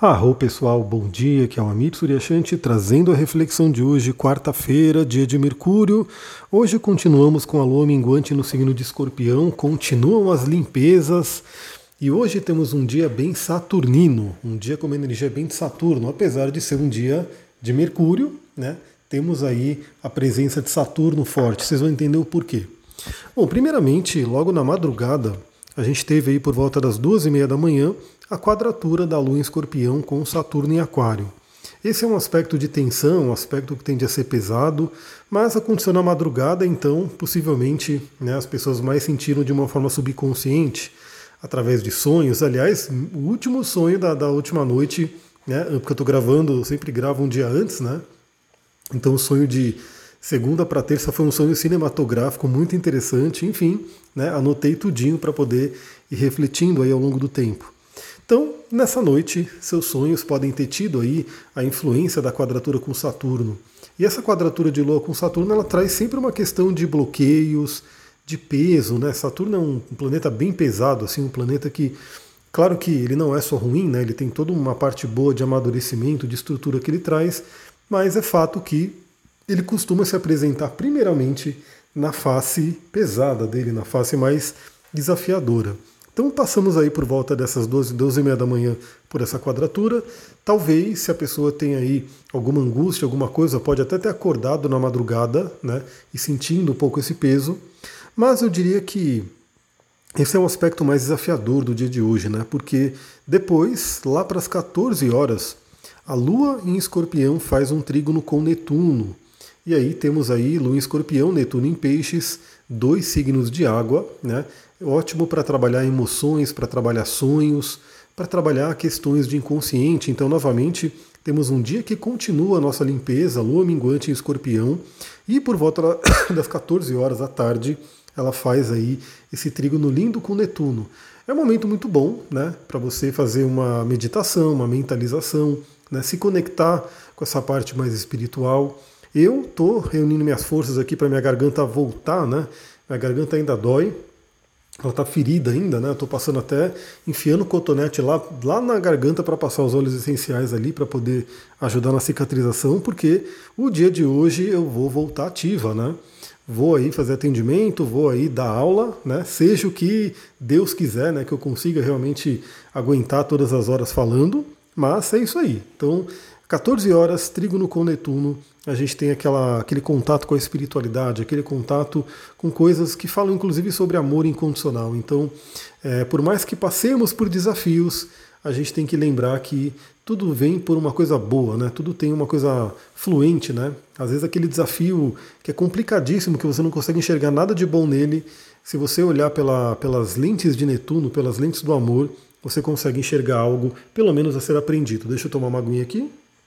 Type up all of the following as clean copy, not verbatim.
Arro pessoal, bom dia, aqui é o Amit Suryashanti trazendo a reflexão de hoje, quarta-feira, dia de Mercúrio. Hoje continuamos com a lua minguante no signo de Escorpião, continuam as limpezas e hoje temos um dia bem saturnino, um dia com uma energia bem de Saturno, apesar de ser um dia de Mercúrio, né? Temos aí a presença de Saturno forte, vocês vão entender o porquê. Bom, primeiramente, logo na madrugada, a gente teve aí por volta das 2h30 da manhã a quadratura da Lua em Escorpião com Saturno em Aquário. Esse é um aspecto de tensão, um aspecto que tende a ser pesado, mas aconteceu na madrugada, então possivelmente as pessoas mais sentiram de uma forma subconsciente, através de sonhos. Aliás, o último sonho da última noite, porque eu estou gravando, eu sempre gravo um dia antes, né? Então o sonho de segunda para terça foi um sonho cinematográfico muito interessante, enfim, anotei tudinho para poder ir refletindo aí ao longo do tempo. Então, nessa noite, seus sonhos podem ter tido aí a influência da quadratura com Saturno. E essa quadratura de Lua com Saturno, ela traz sempre uma questão de bloqueios, de peso, né? Saturno é um planeta bem pesado, assim, um planeta que, claro que ele não é só ruim, né? Ele tem toda uma parte boa de amadurecimento, de estrutura que ele traz, mas é fato que ele costuma se apresentar primeiramente na face pesada dele, na face mais desafiadora. Então passamos aí por volta dessas 12h30 da manhã por essa quadratura. Talvez, se a pessoa tem aí alguma angústia, alguma coisa, pode até ter acordado na madrugada, né, e sentindo um pouco esse peso. Mas eu diria que esse é um aspecto mais desafiador do dia de hoje, né, porque depois, lá para as 14 horas, a Lua em Escorpião faz um trígono com Netuno. E aí temos aí Lua em Escorpião, Netuno em Peixes, 2 signos de água, né? Ótimo para trabalhar emoções, para trabalhar sonhos, para trabalhar questões de inconsciente. Então, novamente, temos um dia que continua a nossa limpeza, Lua minguante em Escorpião, e por volta das 14 horas da tarde, ela faz aí esse trígono lindo com Netuno. É um momento muito bom, né, para você fazer uma meditação, uma mentalização, né, se conectar com essa parte mais espiritual. Eu estou reunindo minhas forças aqui para minha garganta voltar, né? Minha garganta ainda dói, ela está ferida ainda, né? Estou passando até enfiando o cotonete lá na garganta para passar os óleos essenciais ali para poder ajudar na cicatrização, porque o dia de hoje eu vou voltar ativa, né? Vou aí fazer atendimento, vou aí dar aula, né? Seja o que Deus quiser, né? Que eu consiga realmente aguentar todas as horas falando, mas é isso aí. Então, 14 horas, trígono com Netuno, a gente tem aquele contato com a espiritualidade, aquele contato com coisas que falam inclusive sobre amor incondicional. Então, por mais que passemos por desafios, a gente tem que lembrar que tudo vem por uma coisa boa, né? Tudo tem uma coisa fluente, né? Às vezes aquele desafio que é complicadíssimo, que você não consegue enxergar nada de bom nele, se você olhar pelas lentes de Netuno, pelas lentes do amor, você consegue enxergar algo, pelo menos a ser aprendido. Deixa eu tomar uma aguinha aqui.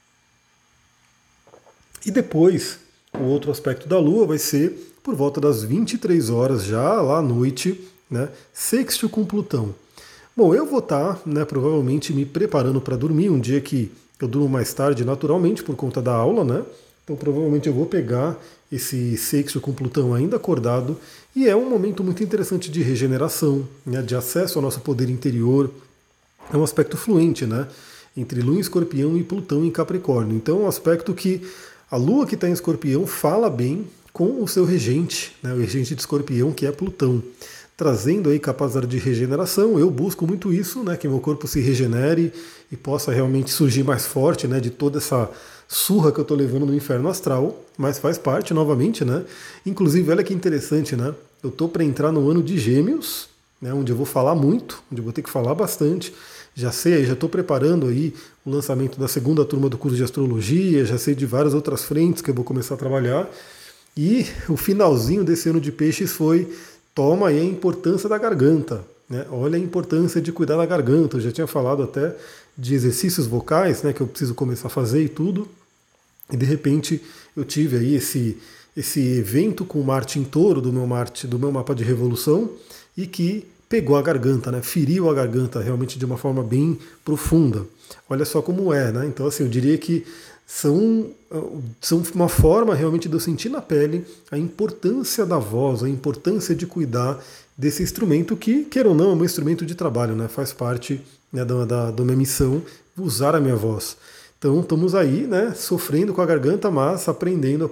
E depois, o outro aspecto da Lua vai ser por volta das 23 horas, já lá à noite, né, sextil com Plutão. Bom, eu vou estar, provavelmente me preparando para dormir, um dia que eu durmo mais tarde naturalmente por conta da aula, né? Então provavelmente eu vou pegar esse sextil com Plutão ainda acordado, e é um momento muito interessante de regeneração, né, de acesso ao nosso poder interior. É um aspecto fluente, né, entre Lua em Escorpião e Plutão em Capricórnio. Então é um aspecto que a Lua que está em Escorpião fala bem com o seu regente, né, o regente de Escorpião, que é Plutão, trazendo aí capacidade de regeneração. Eu busco muito isso, né, que meu corpo se regenere e possa realmente surgir mais forte, né, de toda essa surra que eu estou levando no inferno astral, mas faz parte novamente, né? Inclusive, olha que interessante, né? Eu estou para entrar no ano de Gêmeos, né, onde eu vou falar muito, onde eu vou ter que falar bastante. Já sei, já estou preparando aí o lançamento da segunda turma do curso de astrologia, já sei de várias outras frentes que eu vou começar a trabalhar. E o finalzinho desse ano de Peixes foi: toma aí a importância da garganta, né? Olha a importância de cuidar da garganta. Eu já tinha falado até de exercícios vocais, né, que eu preciso começar a fazer e tudo. E de repente eu tive aí esse evento com Marte em Touro do meu mapa de revolução, e que pegou a garganta, né? Feriu a garganta realmente de uma forma bem profunda. Olha só como é, né? Então, assim, eu diria que são uma forma realmente de eu sentir na pele a importância da voz, a importância de cuidar desse instrumento que, queira ou não, é um instrumento de trabalho, né? Faz parte, né, da minha missão usar a minha voz. Então estamos aí, né, sofrendo com a garganta, mas aprendendo,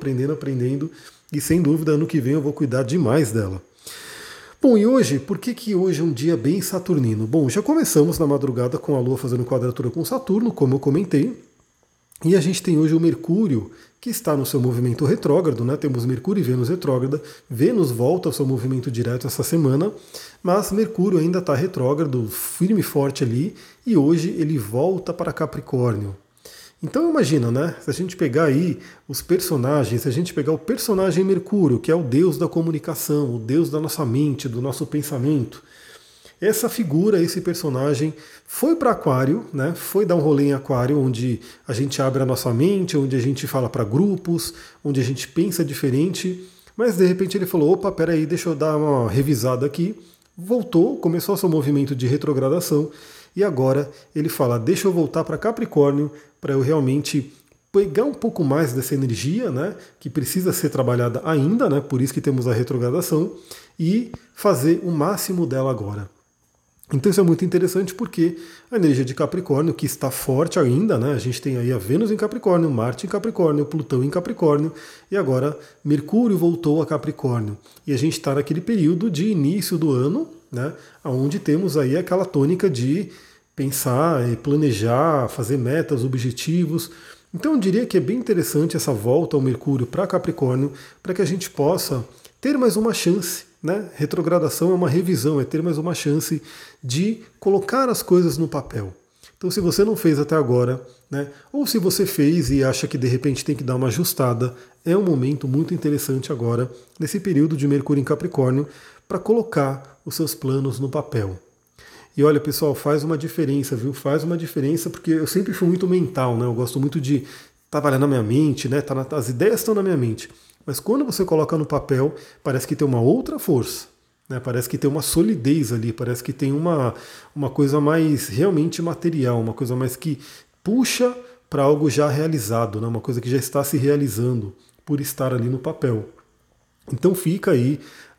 e sem dúvida ano que vem eu vou cuidar demais dela. Bom, e hoje, por que hoje é um dia bem saturnino? Bom, já começamos na madrugada com a Lua fazendo quadratura com Saturno, como eu comentei, e a gente tem hoje o Mercúrio, que está no seu movimento retrógrado, né? Temos Mercúrio e Vênus retrógrada, Vênus volta ao seu movimento direto essa semana, mas Mercúrio ainda está retrógrado, firme e forte ali, e hoje ele volta para Capricórnio. Então imagina, né? Se a gente pegar aí os personagens, se a gente pegar o personagem Mercúrio, que é o deus da comunicação, o deus da nossa mente, do nosso pensamento, essa figura, esse personagem foi para Aquário, né? Foi dar um rolê em Aquário, onde a gente abre a nossa mente, onde a gente fala para grupos, onde a gente pensa diferente, mas de repente ele falou, opa, peraí, deixa eu dar uma revisada aqui, voltou, começou o seu movimento de retrogradação, e agora ele fala, deixa eu voltar para Capricórnio, para eu realmente pegar um pouco mais dessa energia, né, que precisa ser trabalhada ainda, né, por isso que temos a retrogradação, e fazer o máximo dela agora. Então isso é muito interessante porque a energia de Capricórnio, que está forte ainda, né? A gente tem aí a Vênus em Capricórnio, Marte em Capricórnio, Plutão em Capricórnio, e agora Mercúrio voltou a Capricórnio. E a gente está naquele período de início do ano, né? Onde temos aí aquela tônica de pensar, planejar, fazer metas, objetivos. Então eu diria que é bem interessante essa volta ao Mercúrio para Capricórnio, para que a gente possa ter mais uma chance, né? Retrogradação é uma revisão, é ter mais uma chance de colocar as coisas no papel. Então, se você não fez até agora, né? Ou se você fez e acha que de repente tem que dar uma ajustada, é um momento muito interessante agora, nesse período de Mercúrio em Capricórnio, para colocar os seus planos no papel. E olha, pessoal, faz uma diferença, viu? Faz uma diferença, porque eu sempre fui muito mental, né? Eu gosto muito de trabalhar na minha mente, né? As ideias estão na minha mente. Mas quando você coloca no papel, parece que tem uma outra força, né? Parece que tem uma solidez ali, parece que tem uma coisa mais realmente material, uma coisa mais que puxa para algo já realizado, né? Uma coisa que já está se realizando por estar ali no papel. Então fica aí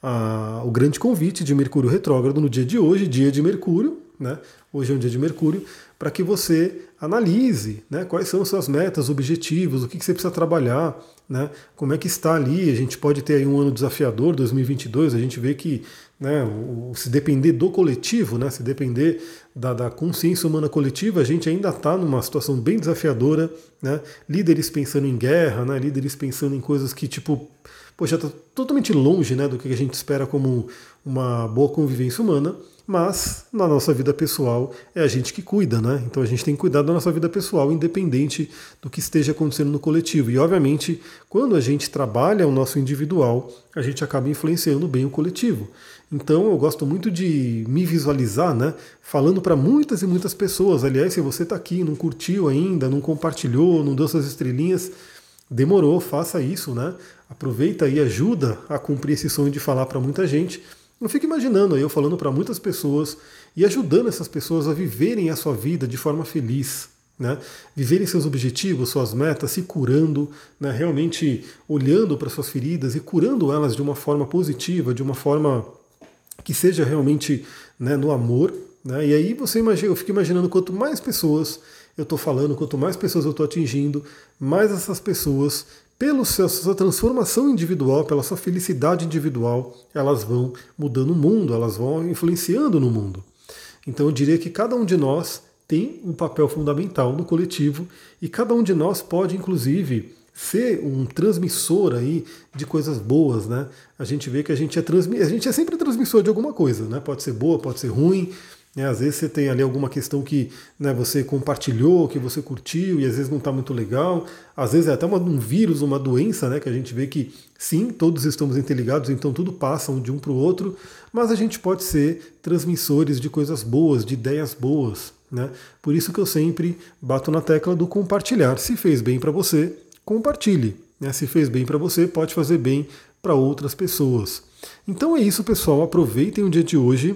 o grande convite de Mercúrio retrógrado no dia de hoje, dia de Mercúrio, né? Hoje é um dia de Mercúrio, para que você analise, né, quais são as suas metas, objetivos, o que você precisa trabalhar, né, como é que está ali. A gente pode ter aí um ano desafiador, 2022, a gente vê que, né, se depender do coletivo, né, se depender da consciência humana coletiva, a gente ainda está numa situação bem desafiadora, né, líderes pensando em guerra, né, líderes pensando em coisas que, tipo, poxa, está totalmente longe, né, do que a gente espera como uma boa convivência humana, mas na nossa vida pessoal é a gente que cuida, né? Então a gente tem que cuidar da nossa vida pessoal, independente do que esteja acontecendo no coletivo. E obviamente, quando a gente trabalha o nosso individual, a gente acaba influenciando bem o coletivo. Então eu gosto muito de me visualizar, né, falando para muitas e muitas pessoas. Aliás, se você está aqui, não curtiu ainda, não compartilhou, não deu suas estrelinhas, demorou, faça isso, né? Aproveita e ajuda a cumprir esse sonho de falar para muita gente. Não fique imaginando aí eu falando para muitas pessoas e ajudando essas pessoas a viverem a sua vida de forma feliz, né? Viverem seus objetivos, suas metas, se curando, né? Realmente olhando para suas feridas e curando elas de uma forma positiva, de uma forma que seja realmente, né, no amor, né? E aí eu fico imaginando quanto mais pessoas eu estou falando, quanto mais pessoas eu estou atingindo, mais essas pessoas, pela sua transformação individual, pela sua felicidade individual, elas vão mudando o mundo, elas vão influenciando no mundo. Então eu diria que cada um de nós tem um papel fundamental no coletivo e cada um de nós pode, inclusive, ser um transmissor aí de coisas boas, né? A gente vê que a gente é sempre transmissor de alguma coisa, né? Pode ser boa, pode ser ruim. Às vezes você tem ali alguma questão que, né, você compartilhou, que você curtiu e às vezes não está muito legal. Às vezes é até um vírus, uma doença, né, que a gente vê que sim, todos estamos interligados, então tudo passa de um para o outro, mas a gente pode ser transmissores de coisas boas, de ideias boas, né? Por isso que eu sempre bato na tecla do compartilhar. Se fez bem para você, compartilhe, né? Se fez bem para você, pode fazer bem para outras pessoas. Então é isso, pessoal. Aproveitem o dia de hoje.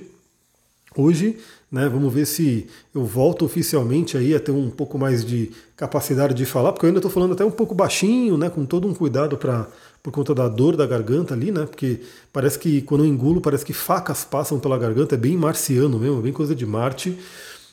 Hoje, né, vamos ver se eu volto oficialmente aí a ter um pouco mais de capacidade de falar, porque eu ainda estou falando até um pouco baixinho, né, com todo um cuidado por conta da dor da garganta ali, né, porque parece que quando eu engulo, parece que facas passam pela garganta, é bem marciano mesmo, é bem coisa de Marte.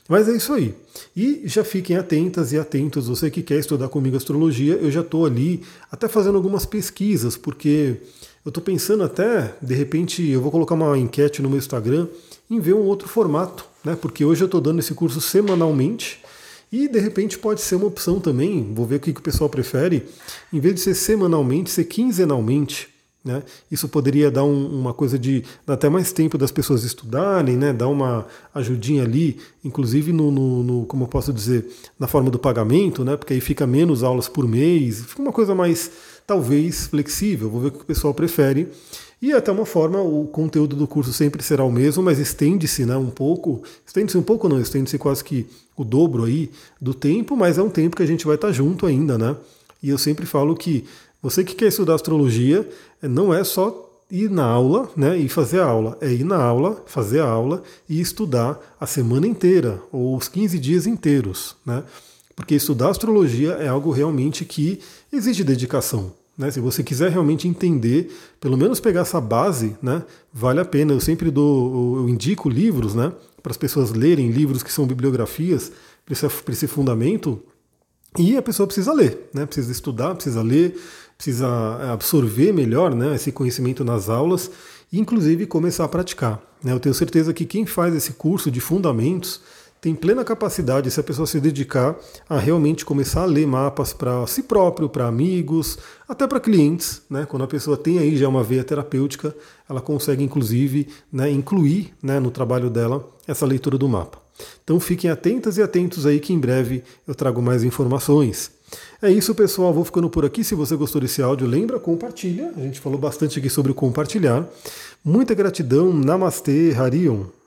Mas é isso aí. E já fiquem atentas e atentos, você que quer estudar comigo astrologia, eu já estou ali até fazendo algumas pesquisas, porque eu estou pensando até, de repente, eu vou colocar uma enquete no meu Instagram em ver um outro formato, né? Porque hoje eu estou dando esse curso semanalmente e de repente pode ser uma opção também, vou ver o que o pessoal prefere, em vez de ser semanalmente, ser quinzenalmente. Né? Isso poderia dar uma coisa de dar até mais tempo das pessoas estudarem, né? Dar uma ajudinha ali, inclusive como eu posso dizer, na forma do pagamento, né? Porque aí fica menos aulas por mês, fica uma coisa mais, talvez, flexível. Vou ver o que o pessoal prefere. E até uma forma, o conteúdo do curso sempre será o mesmo, mas estende-se, né, um pouco. Estende-se um pouco não, estende-se quase que o dobro aí do tempo, mas é um tempo que a gente vai estar junto ainda, né? E eu sempre falo que você que quer estudar astrologia, não é só ir na aula, né, e fazer a aula. É ir na aula, fazer a aula e estudar a semana inteira, ou os 15 dias inteiros, né? Porque estudar astrologia é algo realmente que exige dedicação. Né? Se você quiser realmente entender, pelo menos pegar essa base, né, vale a pena. Eu sempre eu indico livros, né, para as pessoas lerem livros que são bibliografias para esse fundamento. E a pessoa precisa ler, né? Precisa estudar, precisa ler, precisa absorver melhor, né, esse conhecimento nas aulas e, inclusive, começar a praticar. Né? Eu tenho certeza que quem faz esse curso de fundamentos tem plena capacidade, se a pessoa se dedicar, a realmente começar a ler mapas para si próprio, para amigos, até para clientes. Né? Quando a pessoa tem aí já uma veia terapêutica, ela consegue, inclusive, né, incluir, né, no trabalho dela essa leitura do mapa. Então fiquem atentas e atentos aí que em breve eu trago mais informações. É isso, pessoal. Vou ficando por aqui. Se você gostou desse áudio, lembra, compartilha. A gente falou bastante aqui sobre compartilhar. Muita gratidão. Namastê, Harion.